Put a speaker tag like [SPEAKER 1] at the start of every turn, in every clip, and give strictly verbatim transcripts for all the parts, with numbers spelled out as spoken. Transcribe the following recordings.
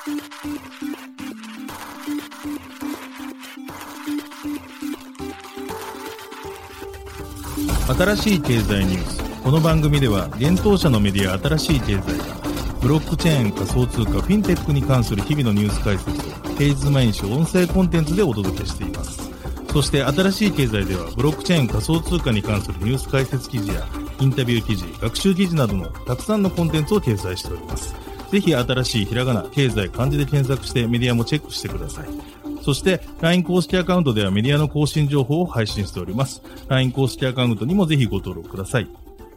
[SPEAKER 1] 新しい経済ニュース。この番組では現当社のメディア新しい経済がブロックチェーン、仮想通貨、フィンテックに関する日々のニュース解説を平日毎日音声コンテンツでお届けしています。そして新しい経済ではブロックチェーン、仮想通貨に関するニュース解説記事やインタビュー記事、学習記事などのたくさんのコンテンツを掲載しております。ぜひ新しいひらがな、経済、漢字で検索してメディアもチェックしてください。そして ライン 公式アカウントではメディアの更新情報を配信しております。ライン 公式アカウントにもぜひご登録ください。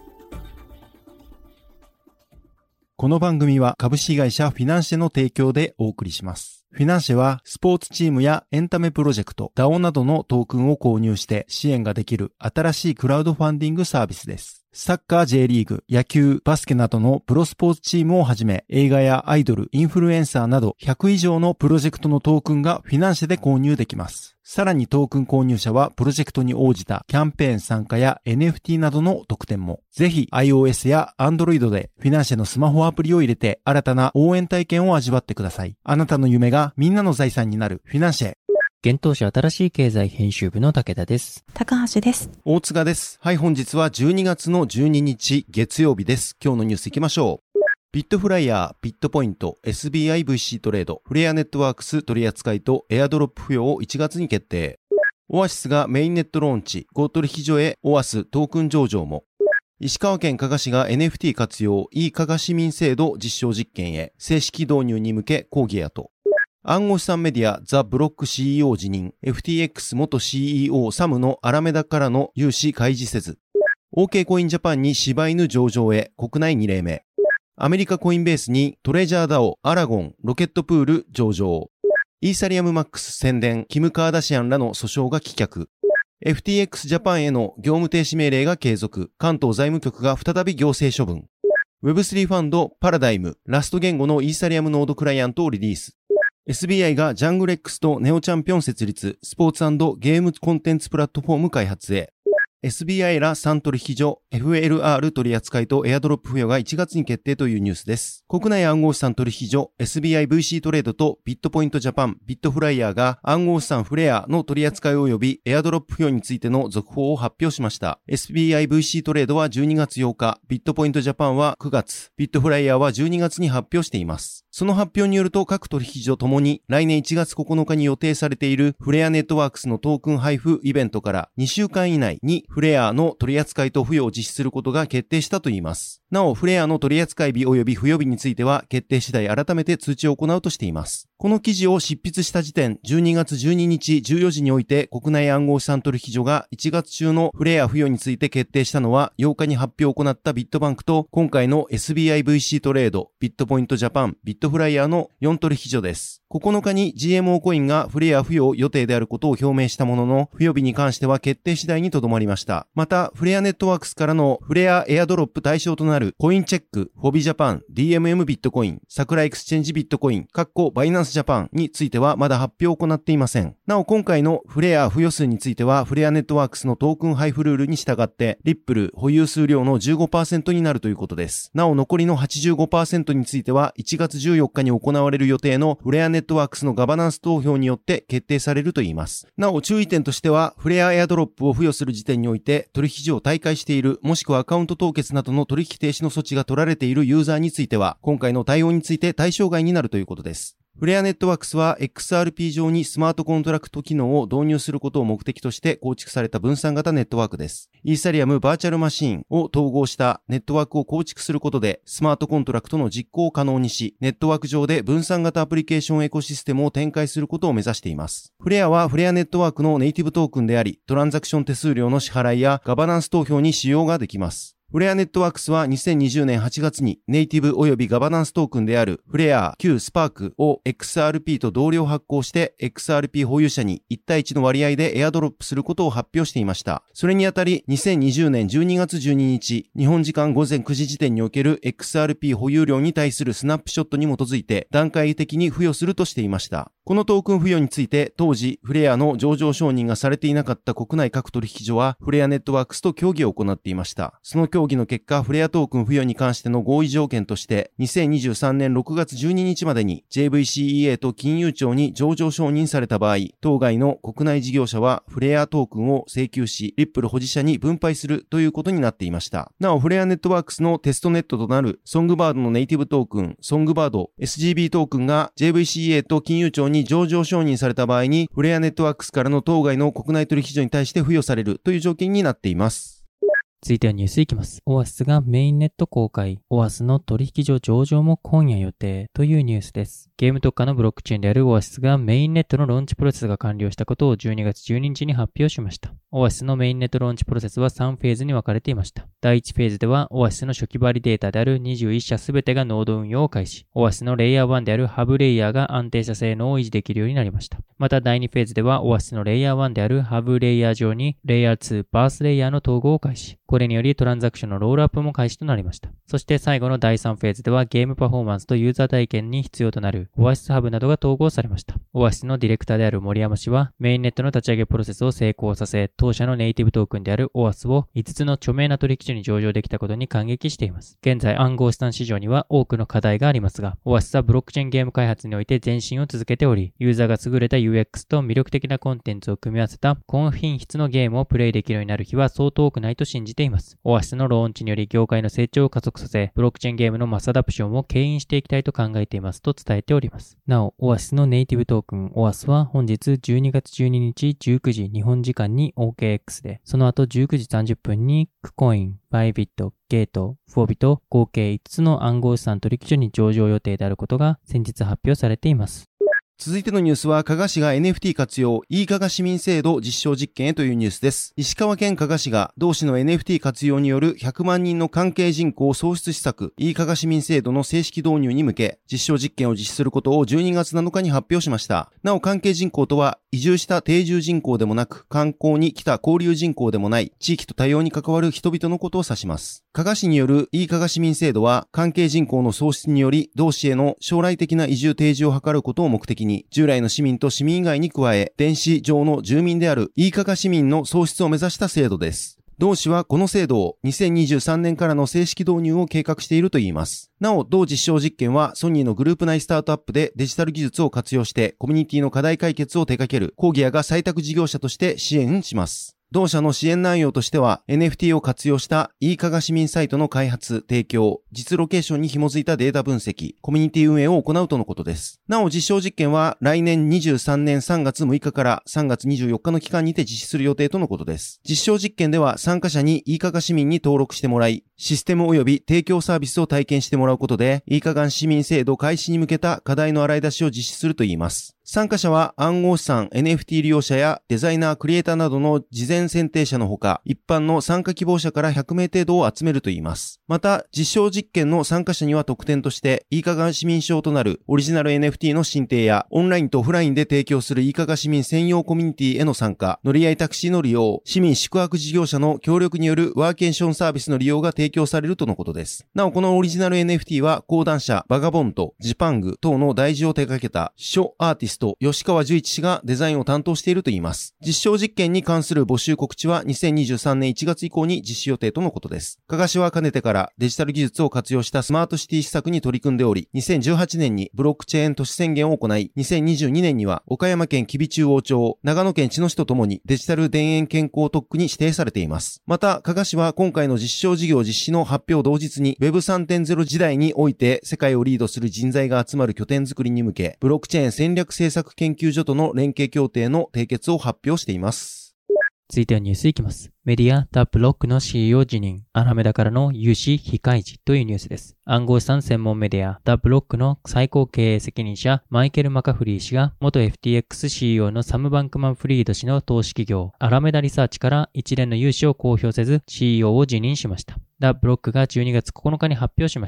[SPEAKER 2] この番組は株式会社フィナンシェの提供でお送りします。フィナンシェはスポーツチームやエンタメプロジェクト、ダオ などのトークンを購入して支援ができる新しいクラウドファンディングサービスです。サッカー J リーグ、野球、バスケなどのプロスポーツチームをはじめ、映画やアイドル、インフルエンサーなどひゃく以上のプロジェクトのトークンがフィナンシェで購入できます。さらにトークン購入者はプロジェクトに応じたキャンペーン参加や エヌエフティー などの特典も。ぜひ iOS や Android でフィナンシェのスマホアプリを入れて新たな応援体験を味わってください。あなたの夢がみんなの財産になるフィナンシェ。
[SPEAKER 3] 現当社新しい経済編集部の武田です。
[SPEAKER 4] 高橋です。
[SPEAKER 2] 大塚です。はい、本日はじゅうにがつのじゅうににち月曜日です。今日のニュースいきましょう。ビットフライヤー、ビットポイント、エスビーアイブイシー トレード、フレアネットワークス取り扱いとエアドロップ付与をいちがつに決定。オアシスがメインネットローンチ、合取引所へオアストークン上場も。石川県加賀市が エヌエフティー 活用 e 加賀市民制度実証実験へ正式導入に向け講義へと。暗号資産メディアザ・ブロック シーイーオー 辞任 エフティーエックス 元 シーイーオー サムのアラメダからの融資開示せず。 OK コインジャパンに柴犬上場へ国内にれいめ。アメリカコインベースにトレジャーダオ、アラゴン、ロケットプール上場。イーサリアムマックス宣伝キム・カーダシアンらの訴訟が棄却。エフティーエックス ジャパンへの業務停止命令が継続。関東財務局が再び行政処分。ウェブスリー ファンドパラダイムラスト言語のイーサリアムノードクライアントをリリース。エスビーアイ がジャングレックスとネオチャンピオン設立、スポーツ&ゲームコンテンツプラットフォーム開発へ。エスビーアイ らさん取引所、エフエルアール 取扱いとエアドロップ付与がいちがつに決定というニュースです。国内暗号資産取引所、エスビーアイブイシー トレードとビットポイントジャパン、ビットフライヤーが暗号資産フレアの取扱い及びエアドロップ付与についての続報を発表しました。エスビーアイブイシー トレードはじゅうにがつようか、ビットポイントジャパンはくがつ、ビットフライヤーはじゅうにがつに発表しています。その発表によると各取引所ともに来年いちがつここのかに予定されているフレアネットワークスのトークン配布イベントからにしゅうかん以内にフレアの取扱いと付与を実施することが決定したといいます。なお、フレアの取扱い日及び付与日については決定次第改めて通知を行うとしています。この記事を執筆した時点、じゅうにがつじゅうににちじゅうよじにおいて国内暗号資産取引所がいちがつ中のフレア付与について決定したのはようかに発表を行ったビットバンクと今回の エスビーアイブイシー トレード、ビットポイントジャパン、ビットフライヤーのよん取引所です。ここのかに ジーエムオー コインがフレア付与予定であることを表明したものの、付与日に関しては決定次第にとどまりました。また、フレアネットワークスからのフレアエアドロップ対象となるコインチェック、フォビジャパン、ディーエムエム ビットコイン、桜エクスチェンジビットコイン、バイナンスジャパンについてはまだ発表を行っていません。なお今回のフレア付与数については、フレアネットワークスのトークン配布ルールに従って、リップル保有数量の じゅうごパーセント になるということです。なお残りの はちじゅうごパーセント については、いちがつじゅうよっかに行われる予定のフレアネットワークスのガバナンス投票によって決定されるといいます。なお注意点としては、フレアエアドロップを付与する時点において、取引所を退会している、もしくはアカウント凍結などの取引停止の措置が取られているユーザーについては、今回の対応について対象外になるということです。フレアネットワークスは エックスアールピー 上にスマートコントラクト機能を導入することを目的として構築された分散型ネットワークです。イーサリアムバーチャルマシーンを統合したネットワークを構築することでスマートコントラクトの実行を可能にし、ネットワーク上で分散型アプリケーションエコシステムを展開することを目指しています。フレアはフレアネットワークのネイティブトークンであり、トランザクション手数料の支払いやガバナンス投票に使用ができます。フレアネットワークスはにせんにじゅうねんはちがつにネイティブ及びガバナンストークンであるフレア旧スパークを エックスアールピー と同量発行して エックスアールピー 保有者にいち対いちの割合でエアドロップすることを発表していました。それにあたりにせんにじゅうねんじゅうにがつじゅうににち日本時間ごぜんくじ時点における エックスアールピー 保有量に対するスナップショットに基づいて段階的に付与するとしていました。このトークン付与について当時フレアの上場承認がされていなかった国内各取引所はフレアネットワークスと協議を行っていました。その協議の結果、フレアトークン付与に関しての合意条件として、にせんにじゅうさんねんろくがつじゅうににちまでに ジェイブイシーイーエー と金融庁に上場承認された場合、当該の国内事業者はフレアトークンを請求し、リップル保持者に分配するということになっていました。なお、フレアネットワークスのテストネットとなるソングバードのネイティブトークン、ソングバード エスジービー トークンが ジェイブイシーイーエー と金融庁に上場承認された場合に、フレアネットワークスからの当該の国内取引所に対して付与されるという条件になっています。
[SPEAKER 3] 続いてはニュースいきます。オアシスがメインネット公開。オアシスの取引所上場も今夜予定というニュースです。ゲーム特化のブロックチェーンであるオアシスがメインネットのローンチプロセスが完了したことをじゅうにがつじゅうににちに発表しました。オアシスのメインネットローンチプロセスはさんフェーズに分かれていました。だいいちフェーズではオアシスの初期バリデータであるにじゅういっしゃすべてがノード運用を開始。オアシスのレイヤーワンであるハブレイヤーが安定した性能を維持できるようになりました。まただいにフェーズではオアシスのレイヤーワンであるハブレイヤー上にレイヤーツーバースレイヤーの統合を開始。これによりトランザクションのロールアップも開始となりました。そして最後のだいさんフェーズではゲームパフォーマンスとユーザー体験に必要となるオアシスハブなどが統合されました。オアシスのディレクターである森山氏はメインネットの立ち上げプロセスを成功させ、当社のネイティブトークンであるオアシスをいつつの著名な取引所に上場できたことに感激しています。現在暗号資産市場には多くの課題がありますが、オアシスはブロックチェーンゲーム開発において前進を続けており、ユーザーが優れた ユーエックス と魅力的なコンテンツを組み合わせた高品質のゲームをプレイできるようになる日はそう遠くないと信じています。オアシスのローンチにより業界の成長を加速させ、ブロックチェーンゲームのマスアダプションを牽引していきたいと考えていますと伝えております。なお、オアシスのネイティブトークンオアシスは本日じゅうにがつじゅうににちじゅうくじ日本時間に オーケーエックス で、その後じゅうくじさんじゅっぷんにクコイン、バイビット、ゲート、フォービト合計いつつの暗号資産取引所に上場予定であることが先日発表されています。
[SPEAKER 2] 続いてのニュースは、加賀市が エヌエフティー 活用、e 加賀市民制度実証実験へというニュースです。石川県加賀市が同市の エヌエフティー 活用によるひゃくまんにんの関係人口創出施策、e 加賀市民制度の正式導入に向け、実証実験を実施することをじゅうにがつなのかに発表しました。なお、関係人口とは、移住した定住人口でもなく、観光に来た交流人口でもない、地域と多様に関わる人々のことを指します。加賀市による e 加賀市民制度は、関係人口の創出により、同市への将来的な移住定住を図ることを目的に、従来の市民と市民以外に加え、電子上の住民である e 加賀市民の創出を目指した制度です。同市はこの制度をにせんにじゅうさんねんからの正式導入を計画しているといいます。なお、同実証実験はソニーのグループ内スタートアップでデジタル技術を活用してコミュニティの課題解決を手掛けるコーギアが採択事業者として支援します。同社の支援内容としては エヌエフティー を活用した e 加賀市民サイトの開発、提供、実ロケーションに紐づいたデータ分析、コミュニティ運営を行うとのことです。なお実証実験は来年にじゅうさんねんさんがつむいかからさんがつにじゅうよっかの期間にて実施する予定とのことです。実証実験では参加者に e 加賀市民に登録してもらい、システム及び提供サービスを体験してもらうことで e 加賀市民制度開始に向けた課題の洗い出しを実施するといいます。参加者は暗号資産 エヌエフティー 利用者やデザイナー、クリエイターなどの事前選定者のほか、一般の参加希望者からひゃくめい程度を集めるといいます。また、実証実験の参加者には特典として、e 加賀市民証となるオリジナル エヌエフティー の申請や、オンラインとオフラインで提供する e 加賀市民専用コミュニティへの参加、乗り合いタクシーの利用、市民宿泊事業者の協力によるワーケーションサービスの利用が提供されるとのことです。なお、このオリジナル エヌエフティー は、講談社、バガボント、ジパング等の題字を手掛けた、書アーティスト、吉川十一氏がデザインを担当しているといいます。実証実験に関する募集告知はにせんにじゅうさんねんいちがつ以降に実施予定とのことです。加賀市はかねてからデジタル技術を活用したスマートシティ施策に取り組んでおり、にせんじゅうはちねんにブロックチェーン都市宣言を行い、にせんにじゅうにねんには岡山県吉備中央町、長野県茅野市とともにデジタル田園健康特区に指定されています。また、加賀市は今回の実証事業実施の発表同日に ウェブさんてんゼロ 時代において世界をリードする人材が集まる拠点づくりに向け、ブロックチェーン戦略政策研究所との連携協定の締結を発表しています。
[SPEAKER 3] 続いてはニュースいきます。メディア、ザ・ブロックの シーイーオー 辞任、アラメダからの融資非開示というニュースです。暗号資産専門メディア、ザ・ブロックの最高経営責任者、マイケル・マカフリー氏が、元 エフティーエックスシーイーオー のサム・バンクマン・フリード氏の投資企業、アラメダリサーチから一連の融資を公表せず、シーイーオー を辞任しました。ザ・ブロックがじゅうにがつここのかに発表しました。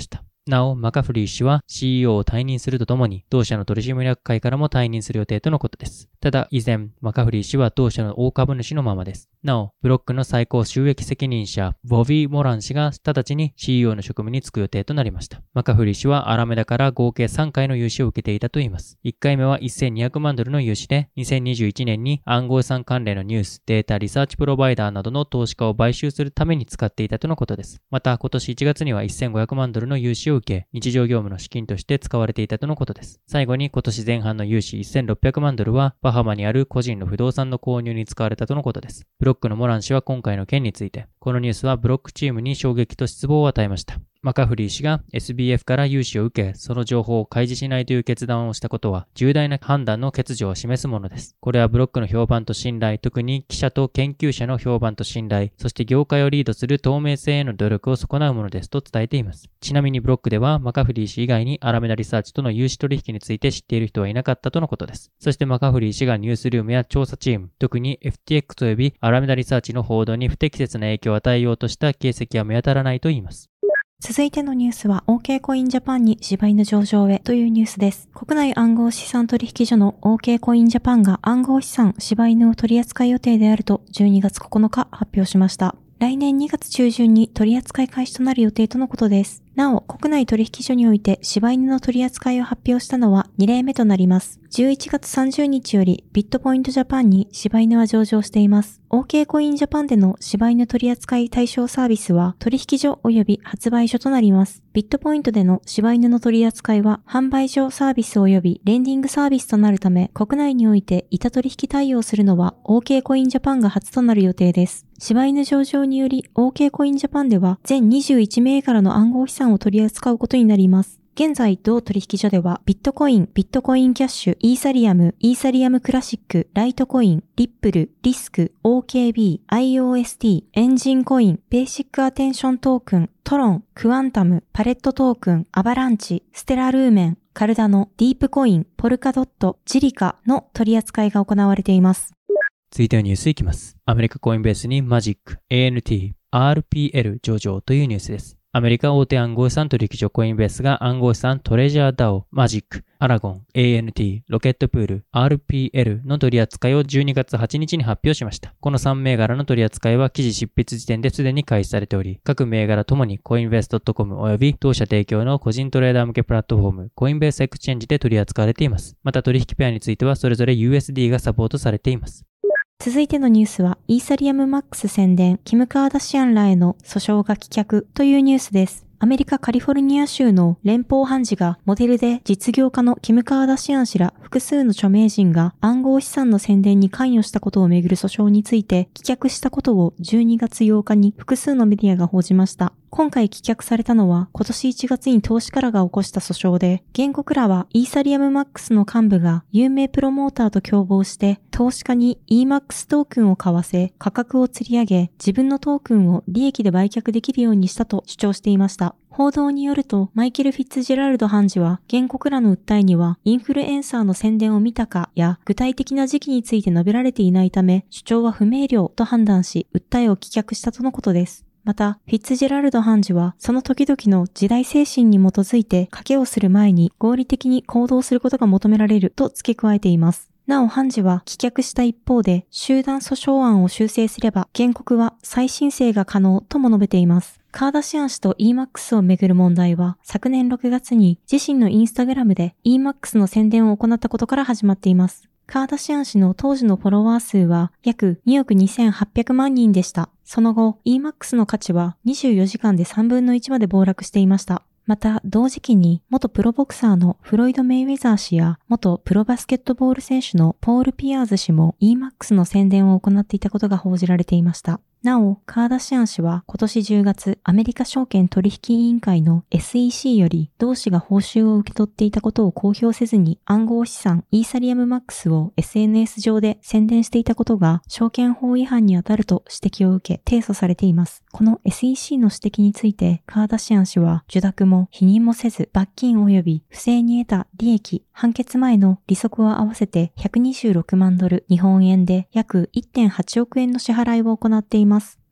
[SPEAKER 3] なお、マカフリー氏は シーイーオー を退任するとともに、同社の取締役会からも退任する予定とのことです。ただ、依然、マカフリー氏は同社の大株主のままです。なお、ブロックの最高収益責任者、ボビー・モラン氏が直ちに シーイーオー の職務に就く予定となりました。マカフリー氏はアラメダから合計さんかいの融資を受けていたといいます。いっかいめはせんにひゃくまんドルの融資で、にせんにじゅういちねんに暗号資産関連のニュース、データリサーチプロバイダーなどの投資家を買収するために使っていたとのことです。また、今年いちがつにはせんごひゃくまんドルの融資を受け、日常業務の資金として使われていたとのことです。最後に今年前半の融資せんろっぴゃくまんドルはバハマにある個人の不動産の購入に使われたとのことです。ブロックのモラン氏は今回の件について、このニュースはブロックチームに衝撃と失望を与えました。マカフリー氏が エスビーエフ から融資を受け、その情報を開示しないという決断をしたことは、重大な判断の欠如を示すものです。これはブロックの評判と信頼、特に記者と研究者の評判と信頼、そして業界をリードする透明性への努力を損なうものですと伝えています。ちなみにブロックでは、マカフリー氏以外にアラメダリサーチとの融資取引について知っている人はいなかったとのことです。そしてマカフリー氏がニュースルームや調査チーム、特に エフティーエックス 及びアラメダリサーチの報道に不適切な影響を与えようとした形跡は見当たらないといいます。
[SPEAKER 4] 続いてのニュースは OK コインジャパンに柴犬上場へというニュースです。国内暗号資産取引所の OK コインジャパンが暗号資産柴犬を取り扱い予定であるとじゅうにがつここのか発表しました。来年にがつ中旬に取り扱い開始となる予定とのことです。なお、国内取引所において柴犬の取り扱いを発表したのはにれいめとなります。じゅういちがつさんじゅうにちよりビットポイントジャパンに柴犬は上場しています。OK コインジャパンでの柴犬取り扱い対象サービスは取引所及び発売所となります。ビットポイントでの柴犬の取り扱いは販売所サービス及びレンディングサービスとなるため、国内において板取引対応するのは OK コインジャパンが初となる予定です。柴犬上場により OK コインジャパンでは全にじゅういちめいがらの暗号資産を取り扱うことになります。現在、同取引所では、ビットコイン、ビットコインキャッシュ、イーサリアム、イーサリアムクラシック、ライトコイン、リップル、リスク、オーケービー、アイオーエスティー、エンジンコイン、ベーシックアテンショントークン、トロン、クワンタム、パレットトークン、アバランチ、ステラルーメン、カルダノ、ディープコイン、ポルカドット、ジリカの取り扱いが行われています。
[SPEAKER 3] 続いてのニュースいきます。アメリカコインベースにマジック、エーエヌティー、アールピーエル 上場というニュースです。アメリカ大手暗号資産取引所コインベースが暗号資産トレジャーダオ、マジック、アラゴン、エーエヌティー、ロケットプール、アールピーエル の取り扱いをじゅうにがつはちにちに発表しました。このさんめいがらの取り扱いは記事執筆時点ですでに開始されており、各銘柄ともにコインベース ドットコム および当社提供の個人トレーダー向けプラットフォーム、コインベースエクチェンジで取り扱われています。また取引ペアについてはそれぞれ ユーエスディー がサポートされています。
[SPEAKER 4] 続いてのニュースは、イーサリアムマックス宣伝、キム・カーダシアンらへの訴訟が棄却というニュースです。アメリカカリフォルニア州の連邦判事がモデルで実業家のキム・カーダシアン氏ら複数の著名人が暗号資産の宣伝に関与したことをめぐる訴訟について棄却したことをじゅうにがつようかに複数のメディアが報じました。今回棄却されたのは今年いちがつに投資家らが起こした訴訟で、原告らはイーサリアムマックスの幹部が有名プロモーターと共謀して投資家に イーマックス トークンを買わせ価格を釣り上げ自分のトークンを利益で売却できるようにしたと主張していました。報道によると、マイケル・フィッツジェラルド判事は、原告らの訴えには、インフルエンサーの宣伝を見たかや、具体的な時期について述べられていないため、主張は不明瞭と判断し、訴えを棄却したとのことです。また、フィッツジェラルド判事は、その時々の時代精神に基づいて、賭けをする前に合理的に行動することが求められると付け加えています。なお判事は棄却した一方で、集団訴訟案を修正すれば、原告は再申請が可能とも述べています。カーダシアン氏と イーマックス をめぐる問題は、昨年ろくがつに自身のインスタグラムで イーマックス の宣伝を行ったことから始まっています。カーダシアン氏の当時のフォロワー数は約におくにせんはっぴゃくまんにんでした。その後、イーマックス の価値はにじゅうよじかんでさんぶんのいちまで暴落していました。また、同時期に元プロボクサーのフロイド・メイウェザー氏や元プロバスケットボール選手のポール・ピアーズ氏も イーマックス の宣伝を行っていたことが報じられていました。なお、カーダシアン氏は今年じゅうがつ、アメリカ証券取引委員会の エスイーシー より同氏が報酬を受け取っていたことを公表せずに暗号資産イーサリアムマックスを エスエヌエス 上で宣伝していたことが証券法違反に当たると指摘を受け提訴されています。この エスイーシー の指摘についてカーダシアン氏は受諾も否認もせず罰金及び不正に得た利益、判決前の利息を合わせてひゃくにじゅうろくまんドル、日本円で約 いってんはちおくえんの支払いを行っています。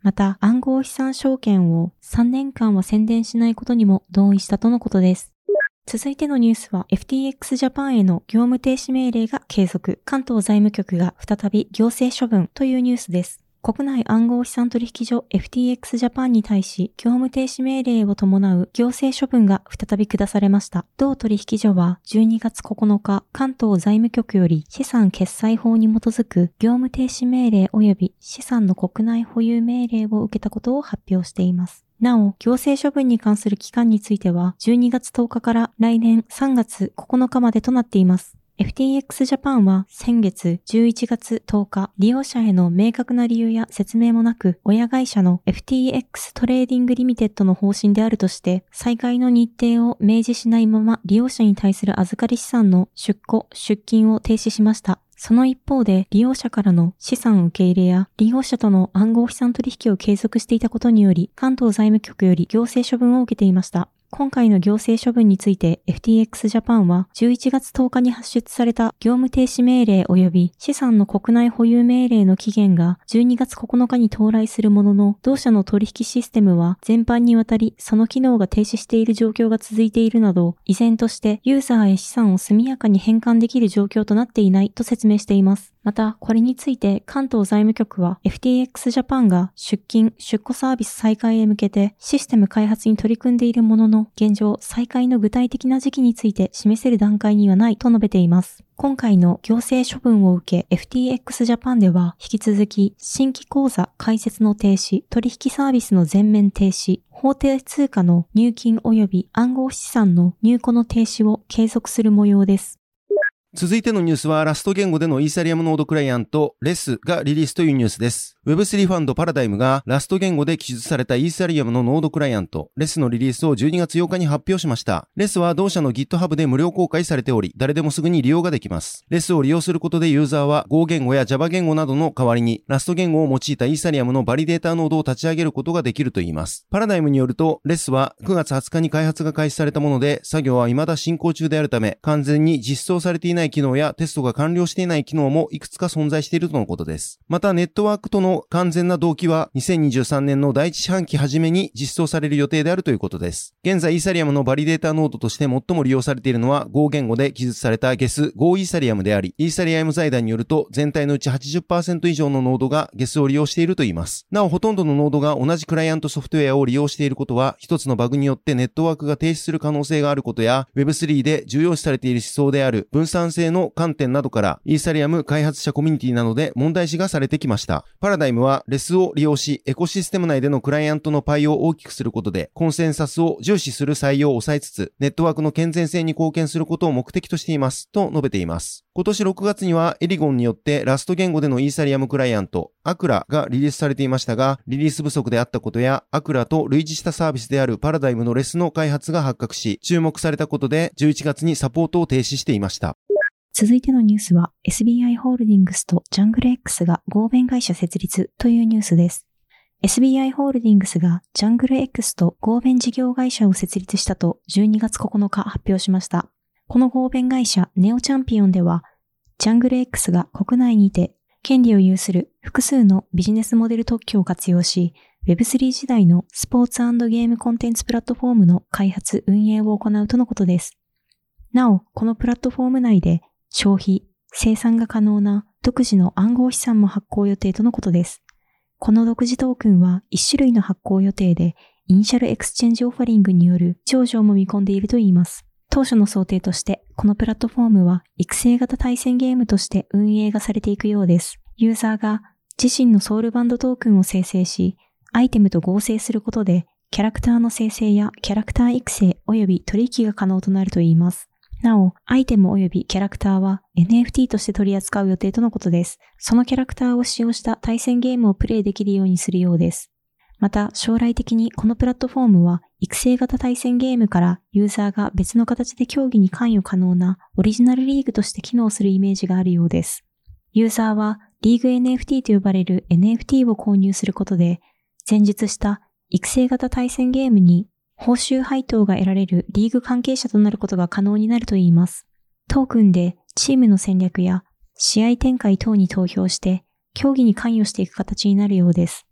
[SPEAKER 4] また、暗号資産証券をさんねんかんは宣伝しないことにも同意したとのことです。続いてのニュースは エフティーエックス ジャパンへの業務停止命令が継続。関東財務局が再び行政処分というニュースです。国内暗号資産取引所 エフティーエックス ジャパンに対し業務停止命令を伴う行政処分が再び下されました。同取引所はじゅうにがつここのか関東財務局より資産決済法に基づく業務停止命令及び資産の国内保有命令を受けたことを発表しています。なお、行政処分に関する期間についてはじゅうにがつとおかから来年さんがつここのかまでとなっています。エフティーエックス ジャパンは先月じゅういちがつとおか、利用者への明確な理由や説明もなく、親会社の エフティーエックス トレーディングリミテッドの方針であるとして、再開の日程を明示しないまま利用者に対する預かり資産の出庫・出金を停止しました。その一方で、利用者からの資産受け入れや利用者との暗号資産取引を継続していたことにより、関東財務局より行政処分を受けていました。今回の行政処分について エフティーエックス ジャパンはじゅういちがつとおかに発出された業務停止命令及び資産の国内保有命令の期限がじゅうにがつここのかに到来するものの、同社の取引システムは全般にわたりその機能が停止している状況が続いているなど、依然としてユーザーへ資産を速やかに変換できる状況となっていないと説明しています。また、これについて関東財務局は エフティーエックス ジャパンが出金・出庫サービス再開へ向けてシステム開発に取り組んでいるものの、現状再開の具体的な時期について示せる段階にはないと述べています。今回の行政処分を受け エフティーエックス ジャパンでは引き続き新規口座開設の停止、取引サービスの全面停止、法定通貨の入金及び暗号資産の入庫の停止を継続する模様です。
[SPEAKER 2] 続いてのニュースはラスト言語でのイーサリアムノードクライアントレスがリリースというニュースです。ウェブスリー ファンドパラダイムがラスト言語で記述されたイーサリアムのノードクライアントレスのリリースをじゅうにがつようかに発表しました。レスは同社の GitHub で無料公開されており、誰でもすぐに利用ができます。レスを利用することでユーザーは Go 言語や Java 言語などの代わりにラスト言語を用いたイーサリアムのバリデータノードを立ち上げることができるといいます。パラダイムによると、レスはくがつはつかに開発が開始されたもので、作業は未だ進行中であるため、完全に実装されていない機能やテストが完了していない機能もいくつか存在しているとのことです。またネットワークとの完全な同期はにせんにじゅうさんねんの第一四半期初めに実装される予定であるということです。現在イーサリアムのバリデータノードとして最も利用されているのは Go 言語で記述された ゲス Go イーサリアムであり、イーサリアム財団によると全体のうち はちじゅっパーセント 以上のノードが ゲス を利用しているといいます。なおほとんどのノードが同じクライアントソフトウェアを利用していることは、一つのバグによってネットワークが停止する可能性があることや ウェブスリー で重要視されている思想である分散性の観点などからイーサリアム開発者コミュニティなどで問題視がされてきました。パラダイムはレスを利用しエコシステム内でのクライアントのパイを大きくすることでコンセンサスを重視する採用を抑えつつネットワークの健全性に貢献することを目的としていますと述べています。今年ろくがつにはエリゴンによってラスト言語でのイーサリアムクライアントアクラがリリースされていましたが、リリース不足であったことやアクラと類似したサービスであるパラダイムのレスの開発が発覚し注目されたことでじゅういちがつにサポートを停止していました。
[SPEAKER 4] 続いてのニュースは エスビーアイ ホールディングスとジャングル X が合弁会社設立というニュースです。エスビーアイ ホールディングスがジャングル X と合弁事業会社を設立したとじゅうにがつここのか発表しました。この合弁会社ネオチャンピオンではジャングル X が国内にて権利を有する複数のビジネスモデル特許を活用し ウェブスリー 時代のスポーツ&ゲームコンテンツプラットフォームの開発運営を行うとのことです。なお、このプラットフォーム内で消費、生産が可能な独自の暗号資産も発行予定とのことです。この独自トークンはいち種類の発行予定で、イニシャルエクスチェンジオファリングによる上場も見込んでいるといいます。当初の想定として、このプラットフォームは育成型対戦ゲームとして運営がされていくようです。ユーザーが自身のソウルバンドトークンを生成し、アイテムと合成することで、キャラクターの生成やキャラクター育成及び取引が可能となるといいます。なお、アイテム及びキャラクターは エヌエフティー として取り扱う予定とのことです。そのキャラクターを使用した対戦ゲームをプレイできるようにするようです。また、将来的にこのプラットフォームは育成型対戦ゲームからユーザーが別の形で競技に関与可能なオリジナルリーグとして機能するイメージがあるようです。ユーザーはリーグ エヌエフティー と呼ばれる エヌエフティー を購入することで、前述した育成型対戦ゲームに報酬配当が得られるリーグ関係者となることが可能になるといいます。トークンでチームの戦略や試合展開等に投票して競技に関与していく形になるようです。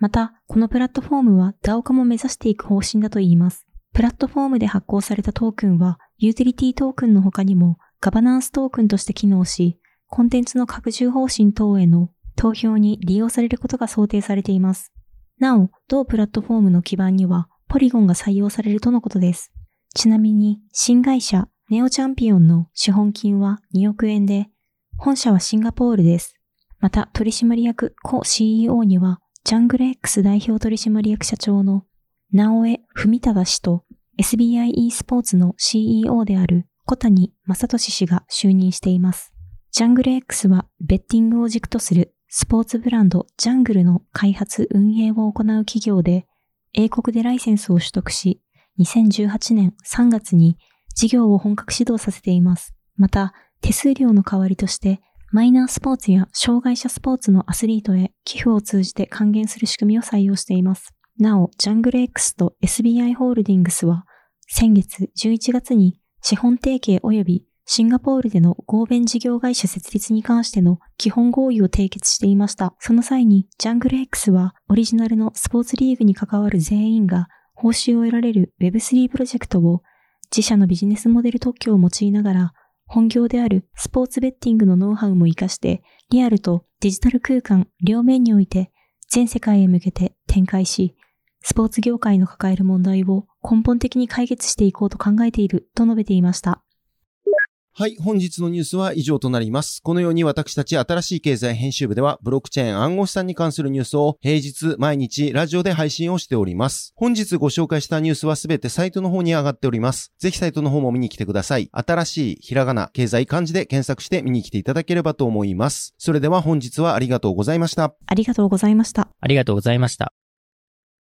[SPEAKER 4] また、このプラットフォームは ダオ 化も目指していく方針だといいます。プラットフォームで発行されたトークンは、ユーティリティトークンの他にもガバナンストークンとして機能し、コンテンツの拡充方針等への投票に利用されることが想定されています。なお、同プラットフォームの基盤には、ポリゴンが採用されるとのことです。ちなみに、新会社、ネオチャンピオンの資本金はにおくえんで、本社はシンガポールです。また、取締役コ シーイーオー には、ジャングル X 代表取締役社長の直江文忠氏と エスビーアイ e スポーツの シーイーオー である小谷正俊氏が就任しています。ジャングル X はベッティングを軸とするスポーツブランドジャングルの開発運営を行う企業で、英国でライセンスを取得し、にせんじゅうはちねんさんがつに事業を本格始動させています。また、手数料の代わりとして、マイナースポーツや障害者スポーツのアスリートへ寄付を通じて還元する仕組みを採用しています。なお、ジャングル X と エスビーアイ ホールディングスは、先月じゅういちがつに資本提携及びシンガポールでの合弁事業会社設立に関しての基本合意を締結していました。その際に、ジャングル X はオリジナルのスポーツリーグに関わる全員が報酬を得られる ウェブスリー プロジェクトを自社のビジネスモデル特許を用いながら、本業であるスポーツベッティングのノウハウも活かして、リアルとデジタル空間両面において全世界へ向けて展開し、スポーツ業界の抱える問題を根本的に解決していこうと考えていると述べていました。
[SPEAKER 2] はい、本日のニュースは以上となります。このように私たち新しい経済編集部ではブロックチェーン暗号資産に関するニュースを平日毎日ラジオで配信をしております。本日ご紹介したニュースはすべてサイトの方に上がっております。ぜひサイトの方も見に来てください。新しいひらがな、経済漢字で検索して見に来ていただければと思います。それでは本日はありがとうございました。
[SPEAKER 4] ありがとうございました。
[SPEAKER 3] ありがとうございました。